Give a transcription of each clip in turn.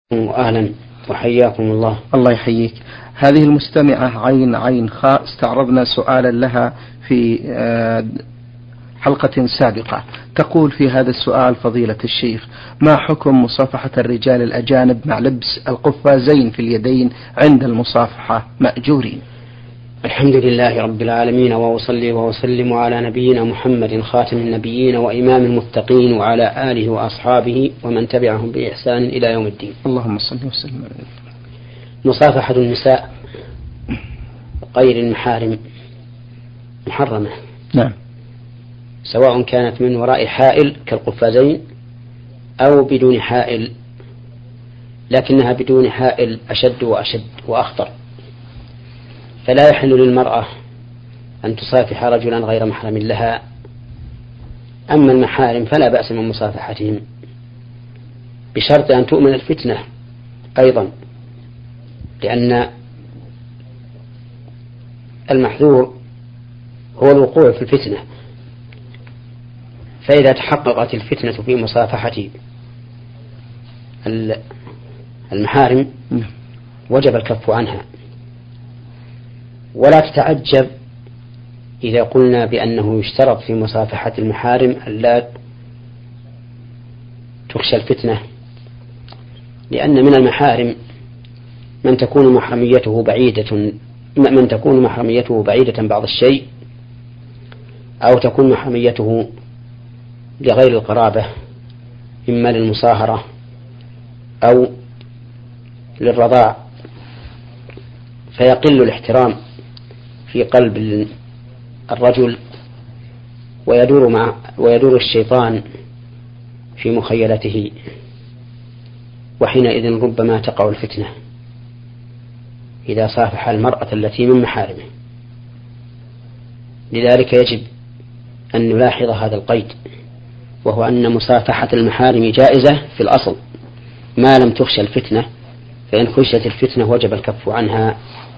أهلا وحياكم الله. الله يحييك. هذه المستمعة عين خاء استعرضنا سؤالا لها في حلقة سابقة، تقول في هذا السؤال: فضيلة الشيخ، ما حكم مصافحة الرجال الأجانب مع لبس القفازين في اليدين عند المصافحة مأجورين؟ الحمد لله رب العالمين، وأصلي وأسلم على نبينا محمد خاتم النبيين وإمام المتقين وعلى آله وأصحابه ومن تبعهم بإحسان إلى يوم الدين. اللهم صل وسلم. مصافحة النساء غير المحارم محرمة، نعم، سواء كانت من وراء حائل كالقفازين أو بدون حائل، لكنها بدون حائل أشد وأشد وأخطر، فلا يحل للمرأة أن تصافح رجلا غير محرم لها. أما المحارم فلا بأس من مصافحتهم، بشرط أن تؤمن الفتنة أيضا، لأن المحذور هو الوقوع في الفتنة، فإذا تحققت الفتنة في مصافحة المحارم وجب الكف عنها. ولا تتعجب إذا قلنا بأنه يشترط في مصافحة المحارم ألا تخشى الفتنة، لأن من المحارم من تكون محرميته بعيدة بعض الشيء، أو تكون محرميته لغير القرابة، إما للمصاهرة أو للرضاع، فيقل الاحترام في قلب الرجل، ويدور الشيطان في مخيلته، وحينئذ ربما تقع الفتنة إذا صافح المرأة التي من محارمه. لذلك يجب أن نلاحظ هذا القيد، وهو أن مصافحة المحارم جائزة في الأصل ما لم تخشى الفتنة، فإن خشيت الفتنة وجب الكف عنها.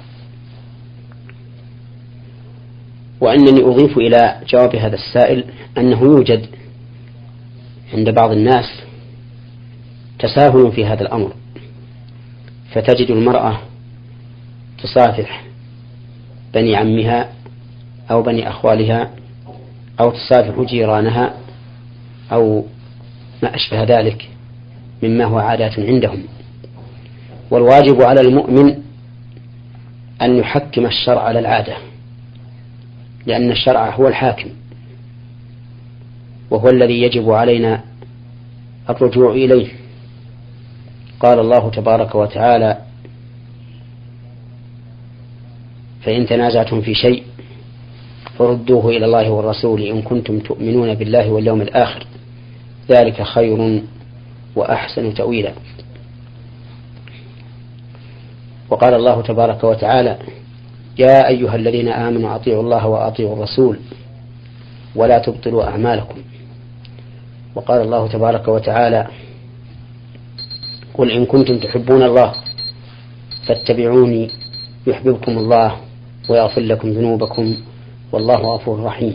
وأنني أضيف إلى جواب هذا السائل أنه يوجد عند بعض الناس تساهل في هذا الأمر، فتجد المرأة تصافح بني عمها أو بني أخوالها، أو تصافح جيرانها، أو ما أشبه ذلك مما هو عادات عندهم. والواجب على المؤمن أن يحكم الشرع على العادة، لأن الشرع هو الحاكم، وهو الذي يجب علينا الرجوع إليه. قال الله تبارك وتعالى: فإن تنازعتم في شيء فردوه إلى الله والرسول إن كنتم تؤمنون بالله واليوم الآخر، ذلك خير وأحسن تأويلا. وقال الله تبارك وتعالى: يا أيها الذين آمنوا أطيعوا الله وأطيعوا الرسول ولا تبطلوا أعمالكم. وقال الله تبارك وتعالى: قل إن كنتم تحبون الله فاتبعوني يحببكم الله ويغفر لكم ذنوبكم والله غفور رحيم.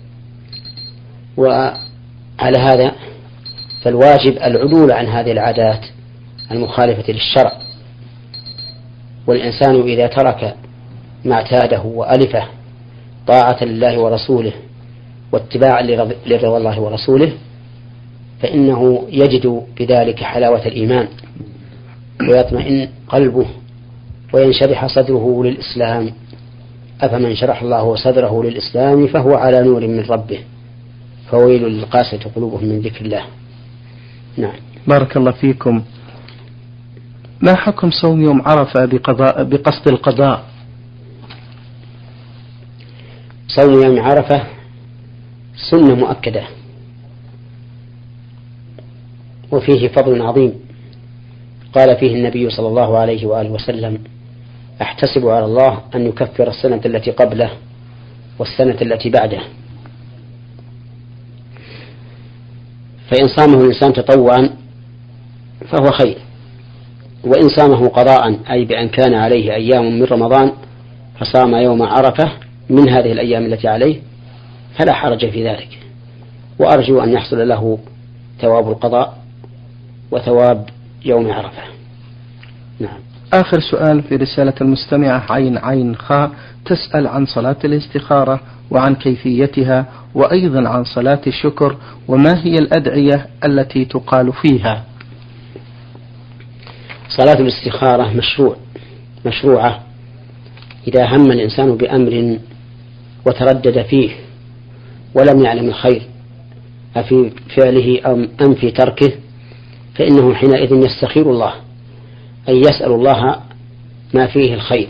وعلى هذا فالواجب العدول عن هذه العادات المخالفة للشرع، والإنسان إذا ترك ما اعتاده وألفه طاعة لله ورسوله واتباعا لرضا الله ورسوله، فإنه يجد بذلك حلاوة الإيمان، ويطمئن قلبه وينشرح صدره للإسلام. أفمن شرح الله صدره للإسلام فهو على نور من ربه فويل للقاسية قلوبهم من ذكر الله. نعم. بارك الله فيكم. ما حكم صوم يوم عرفة بقصد القضاء؟ صوم يوم عرفة سنة مؤكدة وفيه فضل عظيم، قال فيه النبي صلى الله عليه وآله وسلم: أحتسب على الله أن يكفر السنة التي قبله والسنة التي بعده. فإن صامه الإنسان تطوعا فهو خير، وإن صامه قضاء أي بأن كان عليه أيام من رمضان فصام يوم عرفة من هذه الأيام التي عليه فلا حرج في ذلك، وأرجو أن يحصل له ثواب القضاء وثواب يوم عرفة. نعم. آخر سؤال في رسالة المستمعة عين خاء، تسأل عن صلاة الاستخارة وعن كيفيتها، وأيضا عن صلاة الشكر، وما هي الأدعية التي تقال فيها؟ صلاة الاستخارة مشروعة إذا هم الإنسان بأمر وتردد فيه ولم يعلم الخير أفي فعله أم في تركه، فإنه حينئذ يستخير الله، أي يسأل الله ما فيه الخير.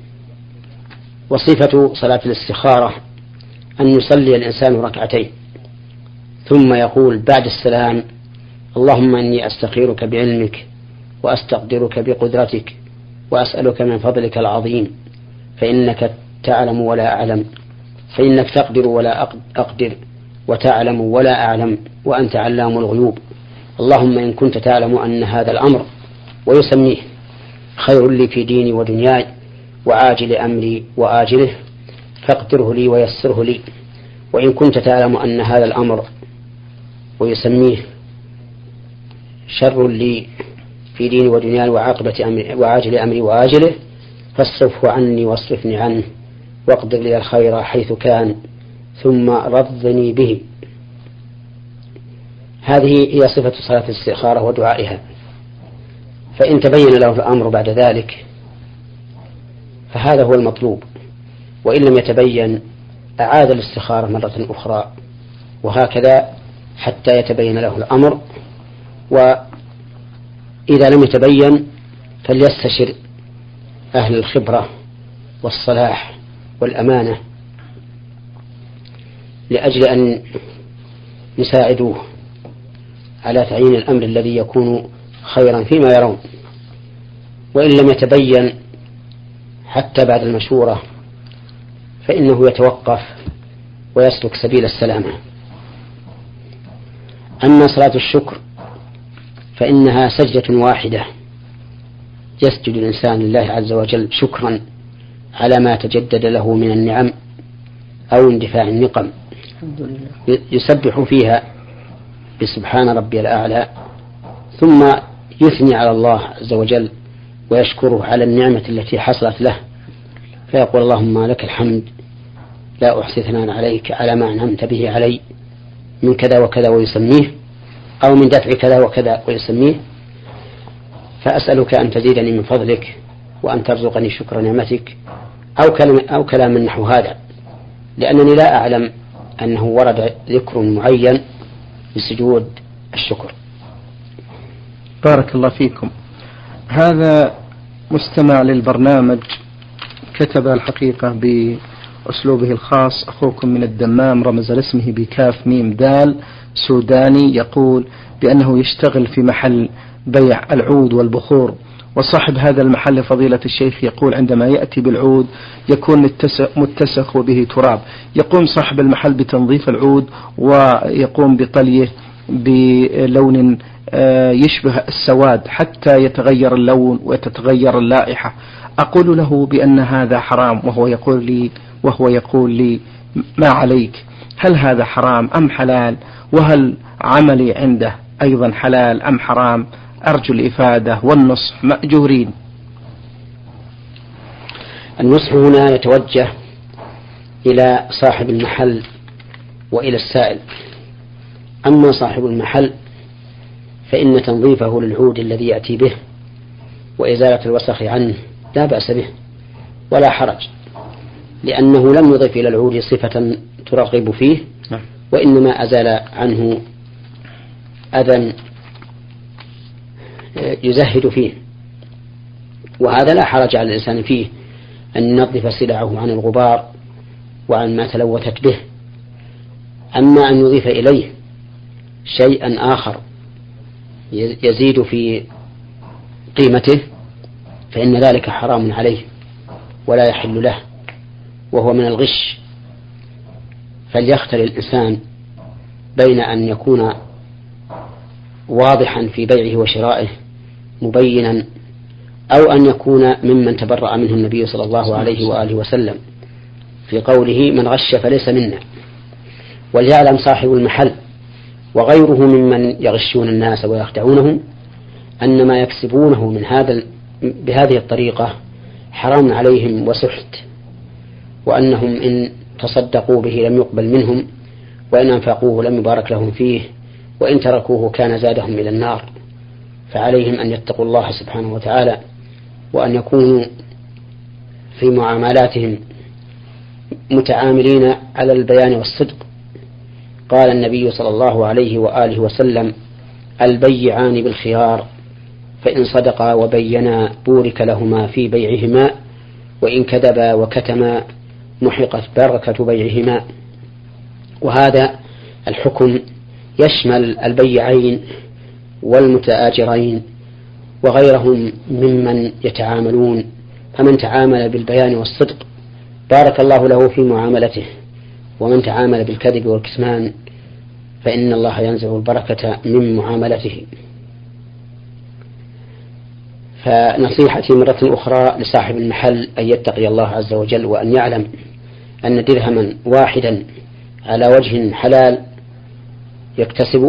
وصفة صلاة الاستخارة أن يصلي الإنسان ركعتين ثم يقول بعد السلام: اللهم إني أستخيرك بعلمك وأستقدرك بقدرتك وأسألك من فضلك العظيم، فإنك تعلم ولا أعلم، فإنك تقدر ولا أقدر، وتعلم ولا أعلم، وأنت علام الغيوب. اللهم إن كنت تعلم أن هذا الأمر، ويسميه، خير لي في ديني ودنياي وعاجل أمري وآجله، فاقدره لي ويسره لي. وإن كنت تعلم أن هذا الأمر، ويسميه، شر لي في ديني ودنياي وعاجل أمري وآجله، فاصرفه عني واصرفني عنه، واقدر لي الخير حيث كان، ثم رضني به. هذه هي صفة صلاة الاستخارة ودعائها. فإن تبين له الأمر بعد ذلك فهذا هو المطلوب، وإن لم يتبين أعاد الاستخارة مرة أخرى، وهكذا حتى يتبين له الأمر. وإذا لم يتبين فليستشر أهل الخبرة والصلاح والأمانة لأجل أن يساعدوه على تعيين الأمر الذي يكون خيرا فيما يرون. وإن لم يتبين حتى بعد المشورة فإنه يتوقف ويسلك سبيل السلامة. أما صلاة الشكر فإنها سجدة واحدة يسجد الإنسان لله عز وجل شكرا على ما تجدد له من النعم أو اندفاع النقم، يسبح فيها بسبحان ربي الأعلى، ثم يثني على الله عز وجل ويشكره على النعمة التي حصلت له، فيقول: اللهم لك الحمد لا أحصي ثناء عليك على ما أنعمت به علي من كذا وكذا ويسميه، أو من دفع كذا وكذا ويسميه، فأسألك أن تزيدني من فضلك وأن ترزقني شكر نعمتك، أو كلام نحو هذا، لأنني لا أعلم أنه ورد ذكر معين بسجود الشكر. بارك الله فيكم. هذا مستمع للبرنامج كتب الحقيقة بأسلوبه الخاص، أخوكم من الدمام، رمز لاسمه بكاف ميم دال، سوداني، يقول بأنه يشتغل في محل بيع العود والبخور، وصاحب هذا المحل فضيلة الشيخ يقول عندما يأتي بالعود يكون متسخ وبه تراب، يقوم صاحب المحل بتنظيف العود ويقوم بطليه بلون يشبه السواد حتى يتغير اللون وتتغير اللائحة. أقول له بأن هذا حرام، وهو يقول لي ما عليك، هل هذا حرام أم حلال؟ وهل عملي عنده أيضا حلال أم حرام؟ أرجو الإفادة والنصح مأجورين. النصح هنا يتوجه إلى صاحب المحل وإلى السائل. أما صاحب المحل فإن تنظيفه للعود الذي يأتي به وإزالة الوسخ عنه لا بأس به ولا حرج، لأنه لم يضف إلى العود صفة ترغب فيه، وإنما أزال عنه أذى يزهد فيه، وهذا لا حرج على الإنسان فيه أن ينظف سلعه عن الغبار وعن ما تلوثت به. أما أن يضيف إليه شيئا آخر يزيد في قيمته فإن ذلك حرام عليه ولا يحل له، وهو من الغش. فليختر الإنسان بين أن يكون واضحا في بيعه وشرائه مبينا، أو أن يكون ممن تبرأ منه النبي صلى الله عليه وآله وسلم في قوله: من غش فليس منا. وليعلم صاحب المحل وغيره ممن يغشون الناس ويخدعونهم أن ما يكسبونه من هذا بهذه الطريقة حرام عليهم وسحت، وأنهم إن تصدقوا به لم يقبل منهم، وإن أنفقوه لم يبارك لهم فيه، وإن تركوه كان زادهم إلى النار. فعليهم أن يتقوا الله سبحانه وتعالى، وأن يكونوا في معاملاتهم متعاملين على البيان والصدق. قال النبي صلى الله عليه وآله وسلم: البيعان بالخيار، فإن صدقا وبينا بورك لهما في بيعهما، وإن كذبا وكتما محقت بركة بيعهما. وهذا الحكم يشمل البيعين والمتآجرين وغيرهم ممن يتعاملون، فمن تعامل بالبيان والصدق بارك الله له في معاملته، ومن تعامل بالكذب والكتمان فإن الله ينزع البركة من معاملته. فنصيحتي مرة أخرى لصاحب المحل أن يتقي الله عز وجل، وأن يعلم أن درهما واحدا على وجه حلال يكتسبه،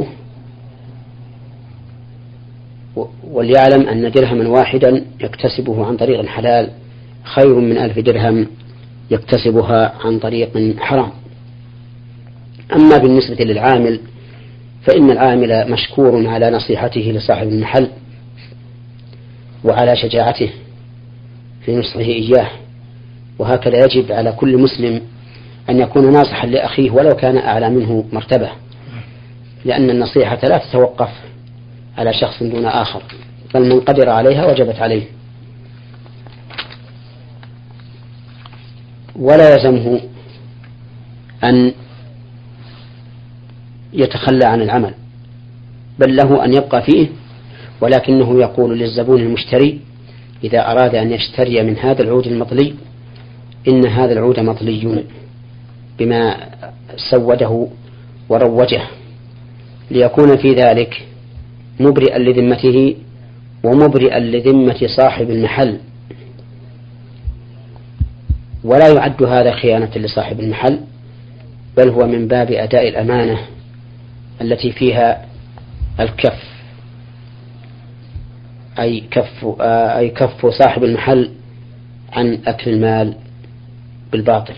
وليعلم أن درهما واحدا يكتسبه عن طريق حلال خير من 1000 درهم يكتسبها عن طريق حرام. أما بالنسبة للعامل فإن العامل مشكور على نصيحته لصاحب المحل وعلى شجاعته في نصحه إياه، وهكذا يجب على كل مسلم أن يكون ناصحا لأخيه ولو كان أعلى منه مرتبة، لأن النصيحة لا تتوقف على شخص دون آخر، بل من قدر عليها وجبت عليه. ولا يلزمه أن يتخلى عن العمل، بل له أن يبقى فيه، ولكنه يقول للزبون المشتري إذا أراد أن يشتري من هذا العود المطلي: إن هذا العود مطلي بما سوده وروجه، ليكون في ذلك مبرئا لذمته ومبرئا لذمة صاحب المحل. ولا يعد هذا خيانة لصاحب المحل، بل هو من باب أداء الأمانة التي فيها الكف، أي كف صاحب المحل عن أكل المال بالباطل.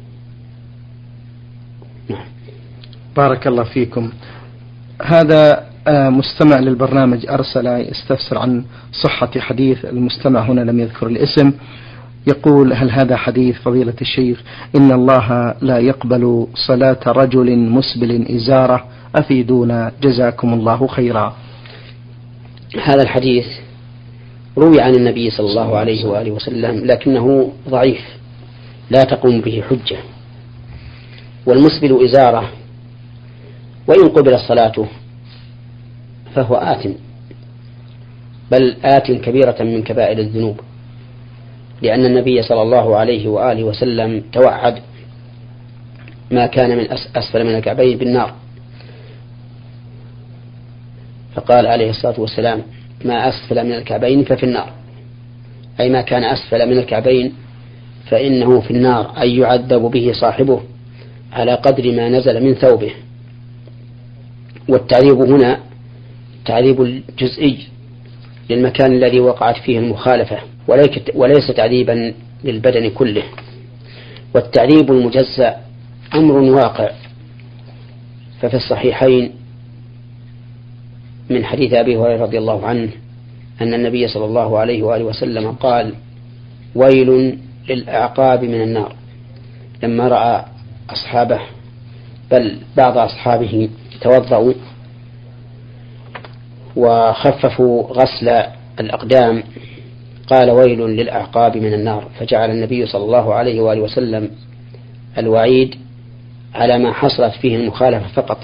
بارك الله فيكم. هذا مستمع للبرنامج أرسل يستفسر عن صحة حديث، المستمع هنا لم يذكر الاسم، يقول: هل هذا حديث فضيلة الشيخ إن الله لا يقبل صلاة رجل مسبل إزارة؟ أفيدونا جزاكم الله خيرا. هذا الحديث روي عن النبي صلى الله عليه وآله وسلم، لكنه ضعيف لا تقوم به حجة. والمسبل إزارة وإن قبل صلاته فهو آثم، بل آت كبيرة من كبائر الذنوب، لأن النبي صلى الله عليه وآله وسلم توعد ما كان من أسفل من الكعبين بالنار، فقال عليه الصلاة والسلام: ما أسفل من الكعبين ففي النار، أي ما كان أسفل من الكعبين فإنه في النار، أي يعذب به صاحبه على قدر ما نزل من ثوبه. والتعذيب هنا تعذيب الجزئي للمكان الذي وقعت فيه المخالفة، وليس تعذيبا للبدن كله. والتعذيب المجزأ أمر واقع، ففي الصحيحين من حديث أبي هريرة رضي الله عنه أن النبي صلى الله عليه وآله وسلم قال: ويل للأعقاب من النار، لما رأى أصحابه بل بعض أصحابه توضأوا وخففوا غسل الأقدام قال: ويل للأعقاب من النار، فجعل النبي صلى الله عليه وآله وسلم الوعيد على ما حصلت فيه المخالفة فقط.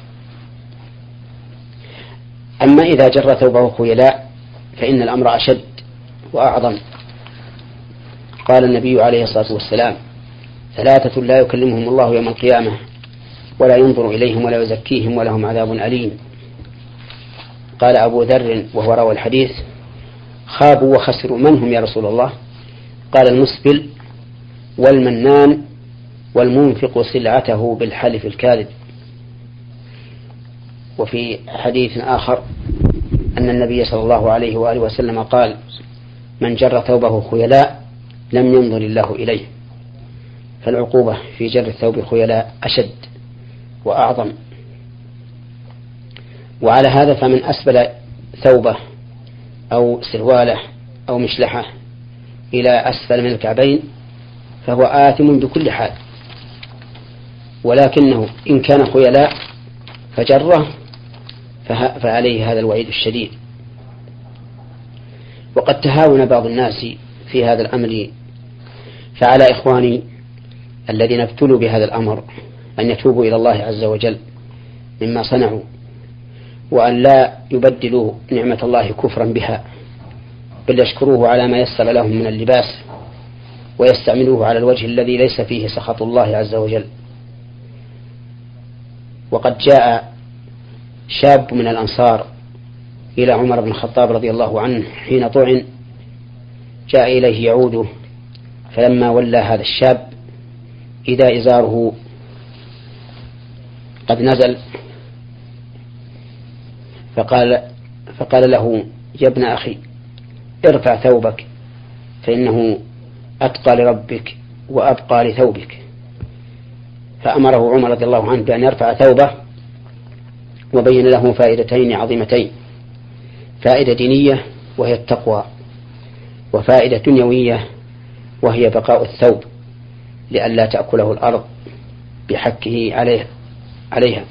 أما إذا جر ثوبه خيلاء فإن الأمر أشد وأعظم. قال النبي عليه الصلاة والسلام: 3 لا يكلمهم الله يوم القيامة ولا ينظر إليهم ولا يزكيهم ولهم عذاب أليم. قال أبو ذر وهو روى الحديث: خابوا وخسروا، من هم يا رسول الله؟ قال: المسبل والمنان والمنفق سلعته بالحلف الكاذب. وفي حديث آخر أن النبي صلى الله عليه وآله وسلم قال: من جر ثوبه خيلاء لم ينظر الله إليه، فالعقوبة في جر الثوب خيلاء أشد وأعظم. وعلى هذا فمن أسبل ثوبه أو سرواله أو مشلحه إلى أسفل من الكعبين فهو آثم بكل حال، ولكنه إن كان خيلاء فجره فعليه هذا الوعيد الشديد. وقد تهاون بعض الناس في هذا الأمر، فعلى إخواني الذين ابتلوا بهذا الأمر أن يتوبوا إلى الله عز وجل مما صنعوا، وأن لا يبدلوا نعمة الله كفرا بها، بل يشكروه على ما يسر لهم من اللباس ويستعملوه على الوجه الذي ليس فيه سخط الله عز وجل. وقد جاء شاب من الأنصار إلى عمر بن الخطاب رضي الله عنه حين طعن، جاء إليه يعوده، فلما ولى هذا الشاب إذا إزاره قد نزل، فقال له: يا ابن أخي ارفع ثوبك فإنه أتقى لربك وأبقى لثوبك. فأمره عمر رضي الله عنه بأن يرفع ثوبه، وبين له فائدتين عظيمتين: فائدة دينية وهي التقوى، وفائدة دنيوية وهي بقاء الثوب لئلا تأكله الأرض بحكه عليها.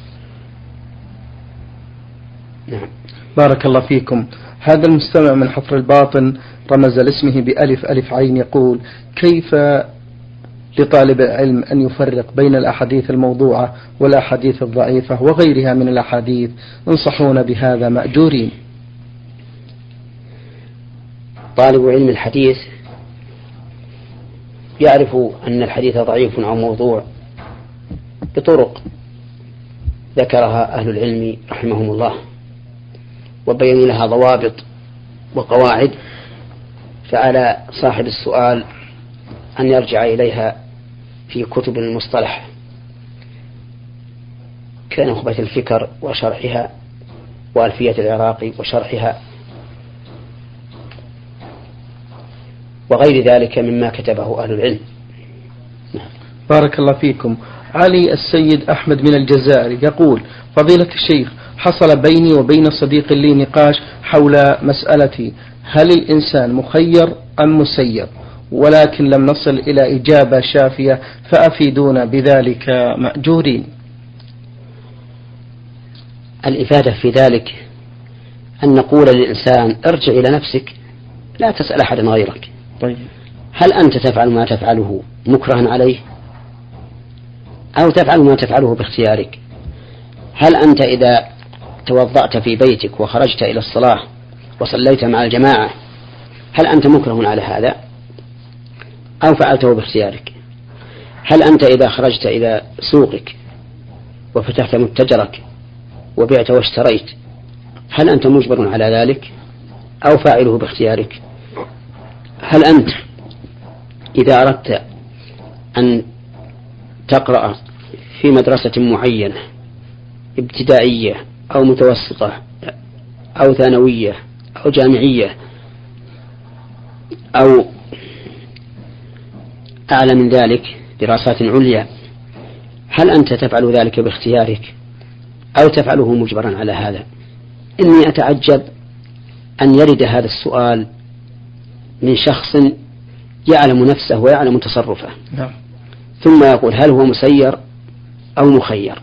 نعم. بارك الله فيكم. هذا المستمع من حفر الباطن رمز لاسمه بألف ألف عين يقول: كيف لطالب العلم أن يفرق بين الأحاديث الموضوعة والأحاديث الضعيفة وغيرها من الأحاديث؟ انصحونا بهذا مأجورين. طالب علم الحديث يعرف أن الحديث ضعيف أو موضوع بطرق ذكرها أهل العلم رحمهم الله وبينوا لها ضوابط وقواعد، فعلى صاحب السؤال أن يرجع إليها في كتب المصطلح كنخبة الفكر وشرحها، وألفية العراقي وشرحها، وغير ذلك مما كتبه أهل العلم. بارك الله فيكم. علي السيد أحمد من الجزائر يقول: فضيلة الشيخ، حصل بيني وبين صديق لي نقاش حول مسألة هل الإنسان مخير أم مسير، ولكن لم نصل إلى إجابة شافية، فأفيدونا بذلك مأجورين. الإفادة في ذلك أن نقول للإنسان: ارجع إلى نفسك، لا تسأل أحد غيرك. طيب، هل أنت تفعل ما تفعله مكرها عليه أو تفعل ما تفعله باختيارك؟ هل أنت إذا توضأت في بيتك وخرجت إلى الصلاة وصليت مع الجماعة هل أنت مكره على هذا أو فعلته باختيارك؟ هل أنت إذا خرجت إلى سوقك وفتحت متجرك وبعت واشتريت هل أنت مجبر على ذلك أو فاعله باختيارك؟ هل أنت إذا أردت أن تقرأ في مدرسة معينة ابتدائية أو متوسطة أو ثانوية أو جامعية أو أعلى من ذلك دراسات عليا، هل أنت تفعل ذلك باختيارك أو تفعله مجبرا على هذا؟ إني أتعجب أن يرد هذا السؤال من شخص يعلم نفسه ويعلم تصرفه، ثم يقول هل هو مسير أو مخير.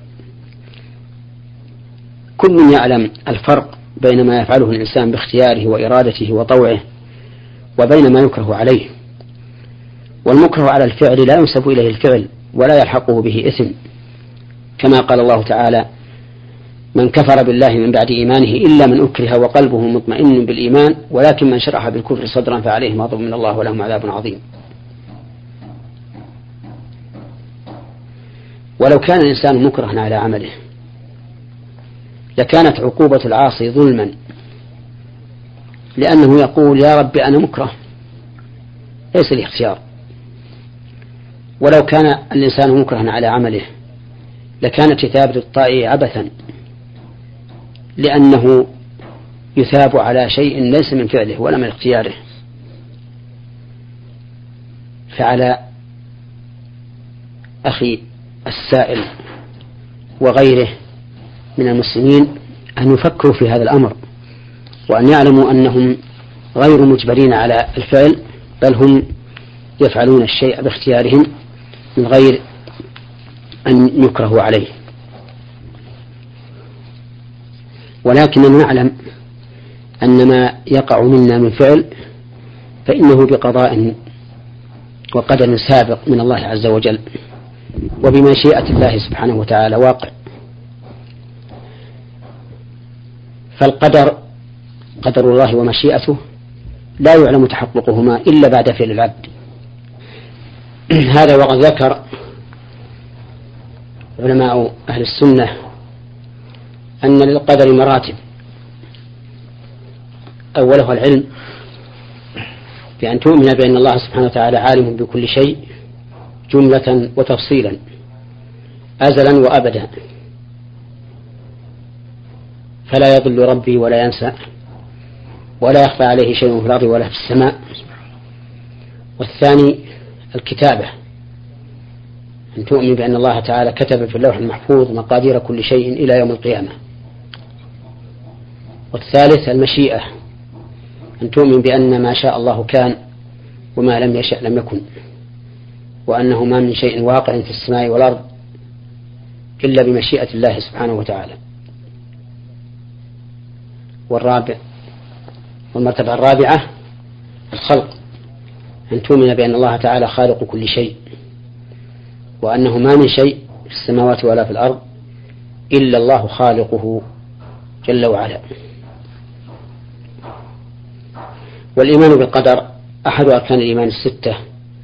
كل يعلم الفرق بين ما يفعله الإنسان باختياره وإرادته وطوعه وبين ما يكره عليه. والمكره على الفعل لا ينسب إليه الفعل ولا يلحقه به إثم، كما قال الله تعالى: من كفر بالله من بعد إيمانه إلا من أكره وقلبه مطمئن بالإيمان ولكن من شرح بالكفر صدرا فعليهم غضب من الله ولهم عذاب عظيم. ولو كان الإنسان مكرها على عمله لكانت عقوبة العاصي ظلما، لأنه يقول: يا رب أنا مكره، ليس لي اختيار. ولو كان الإنسان مكرها على عمله لكانت إثابة الطائع عبثا، لأنه يثاب على شيء ليس من فعله ولا من اختياره. فعلى أخي السائل وغيره من المسلمين أن يفكروا في هذا الأمر، وأن يعلموا أنهم غير مجبرين على الفعل، بل هم يفعلون الشيء باختيارهم من غير أن يكرهوا عليه. ولكننا نعلم أن ما يقع منا من فعل فإنه بقضاء وقدر سابق من الله عز وجل، وبمشيئة الله سبحانه وتعالى واقع. فالقدر قدر الله ومشيئته لا يعلم تحققهما إلا بعد فعل العبد. هذا وقد ذكر علماء أهل السنة أن للقدر مراتب، أولها العلم، بأن تؤمن بأن الله سبحانه وتعالى عالم بكل شيء جملة وتفصيلا أزلا وأبدا، فلا يضل ربي ولا ينسى ولا يخفى عليه شيء في الأرض ولا في السماء. والثاني الكتابة، أن تؤمن بأن الله تعالى كتب في اللوح المحفوظ مقادير كل شيء إلى يوم القيامة. والثالث المشيئة، أن تؤمن بأن ما شاء الله كان وما لم يشأ لم يكن، وأنه ما من شيء واقع في السماء والأرض إلا بمشيئة الله سبحانه وتعالى. والمرتبة الرابعة الخلق، أن تؤمن بأن الله تعالى خالق كل شيء، وأنه ما من شيء في السماوات ولا في الأرض إلا الله خالقه جل وعلا. والإيمان بالقدر أحد أركان الإيمان الستة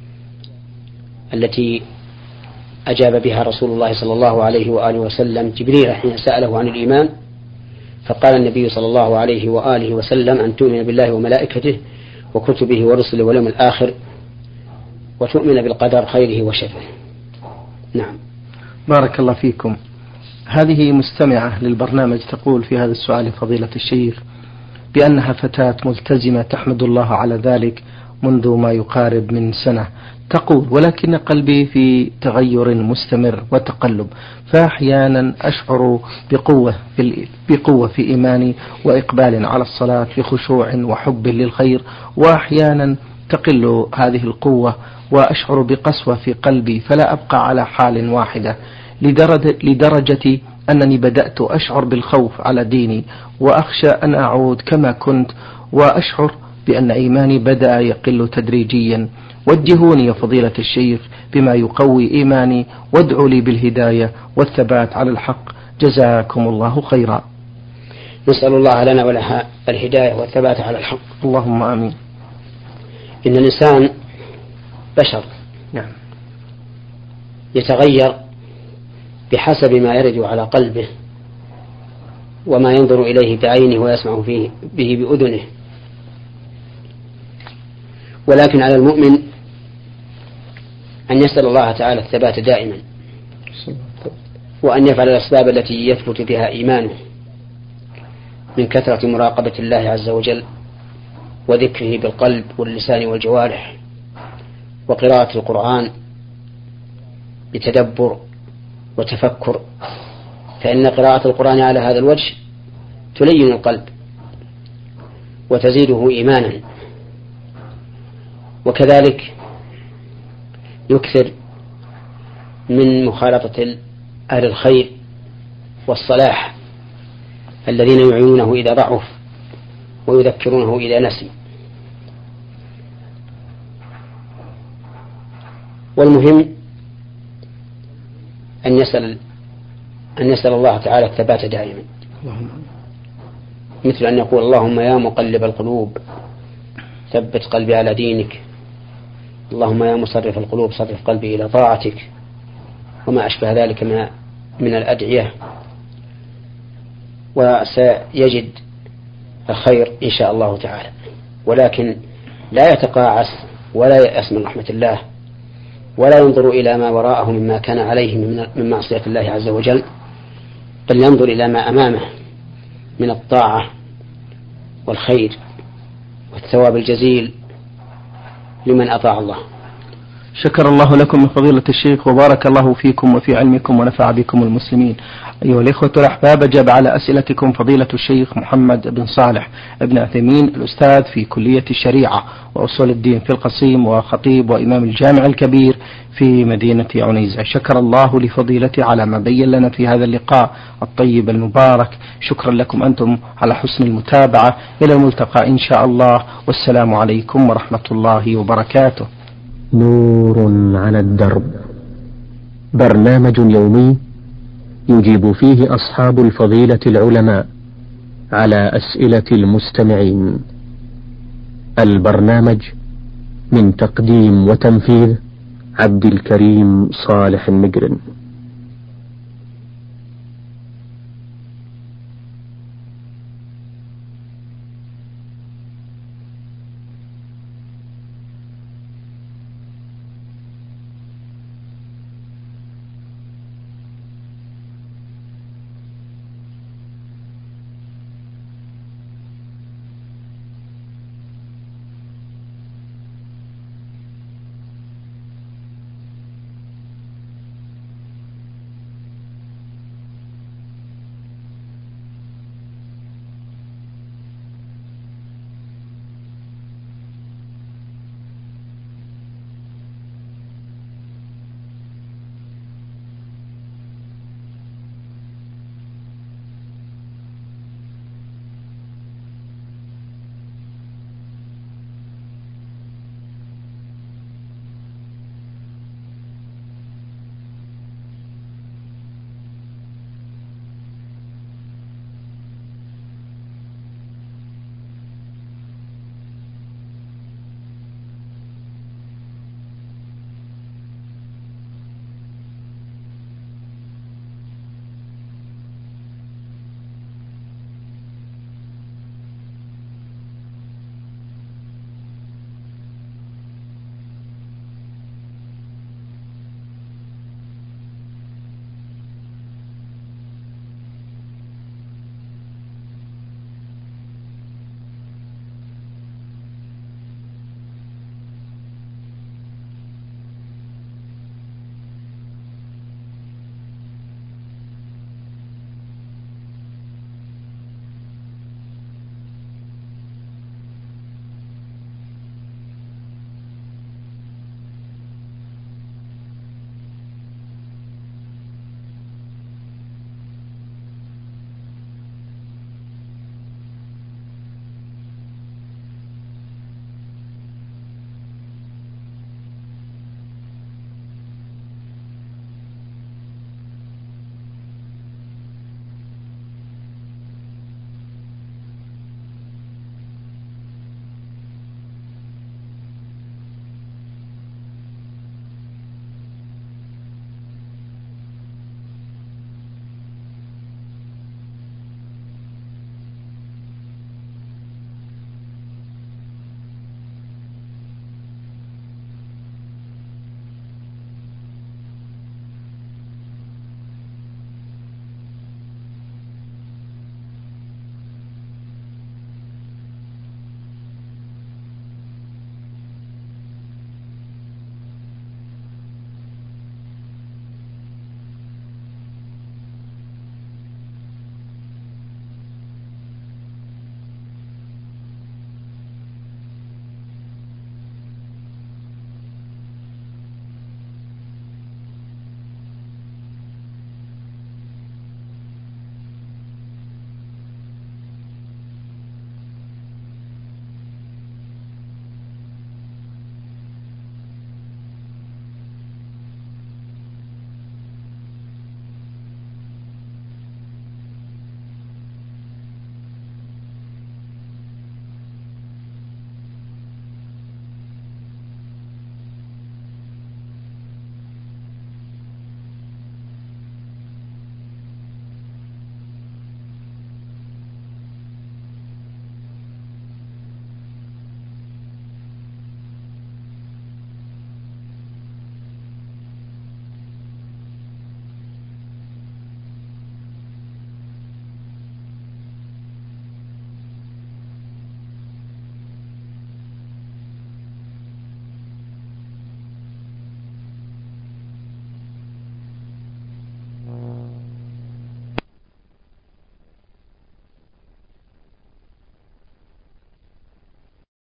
التي أجاب بها رسول الله صلى الله عليه وآله وسلم جبريل حين سأله عن الإيمان، فقال النبي صلى الله عليه وآله وسلم: أن تؤمن بالله وملائكته وكتبه ورسله واليوم الآخر وتؤمن بالقدر خيره وشره. نعم. بارك الله فيكم. هذه مستمعة للبرنامج تقول في هذا السؤال فضيلة الشيخ بأنها فتاة ملتزمة تحمد الله على ذلك منذ ما يقارب من سنة. تقول: ولكن قلبي في تغير مستمر وتقلب، فأحيانا أشعر بقوة في إيماني وإقبال على الصلاة بخشوع وحب للخير، وأحيانا تقل هذه القوة وأشعر بقسوة في قلبي، فلا أبقى على حال واحدة، لدرجة أنني بدأت أشعر بالخوف على ديني وأخشى أن أعود كما كنت، وأشعر بأن إيماني بدأ يقل تدريجيا. وجهوني يا فضيلة الشيخ بما يقوي إيماني، وادعوا لي بالهداية والثبات على الحق، جزاكم الله خيرا. نسأل الله لنا ولها الهداية والثبات على الحق. اللهم آمين. إن الإنسان بشر، نعم، يتغير بحسب ما يرد على قلبه وما ينظر إليه بعينه ويسمع به بأذنه. ولكن على المؤمن أن يسأل الله تعالى الثبات دائما، وأن يفعل الأسباب التي يثبت بها إيمانه من كثرة مراقبة الله عز وجل وذكره بالقلب واللسان والجوارح، وقراءة القرآن بتدبر وتفكر، فإن قراءة القرآن على هذا الوجه تلين القلب وتزيده إيمانا. وكذلك يكثر من مخالطة أهل الخير والصلاح الذين يعينونه إذا ضعف ويذكرونه إذا نسي. والمهم أن يسأل الله تعالى الثبات دائما، مثل أن يقول: اللهم يا مقلب القلوب ثبت قلبي على دينك، اللهم يا مصرف القلوب صرف قلبي إلى طاعتك، وما أشبه ذلك من الأدعية. وسيجد الخير إن شاء الله تعالى، ولكن لا يتقاعس ولا يأس من رحمة الله، ولا ينظر إلى ما وراءه مما كان عليه من معصية الله عز وجل، بل ينظر إلى ما أمامه من الطاعة والخير والثواب الجزيل لمن أطاع الله. شكر الله لكم من فضيلة الشيخ وبارك الله فيكم وفي علمكم ونفع بكم المسلمين. أيها الإخوة الأحباب، أجاب على أسئلتكم فضيلة الشيخ محمد بن صالح بن عثيمين، الأستاذ في كلية الشريعة وأصول الدين في القصيم، وخطيب وإمام الجامع الكبير في مدينة عنيزة. شكر الله لفضيلته على ما بين لنا في هذا اللقاء الطيب المبارك. شكرا لكم أنتم على حسن المتابعة. إلى الملتقى إن شاء الله، والسلام عليكم ورحمة الله وبركاته. نور على الدرب، برنامج يومي يجيب فيه أصحاب الفضيلة العلماء على أسئلة المستمعين. البرنامج من تقديم وتنفيذ عبد الكريم صالح المقرن.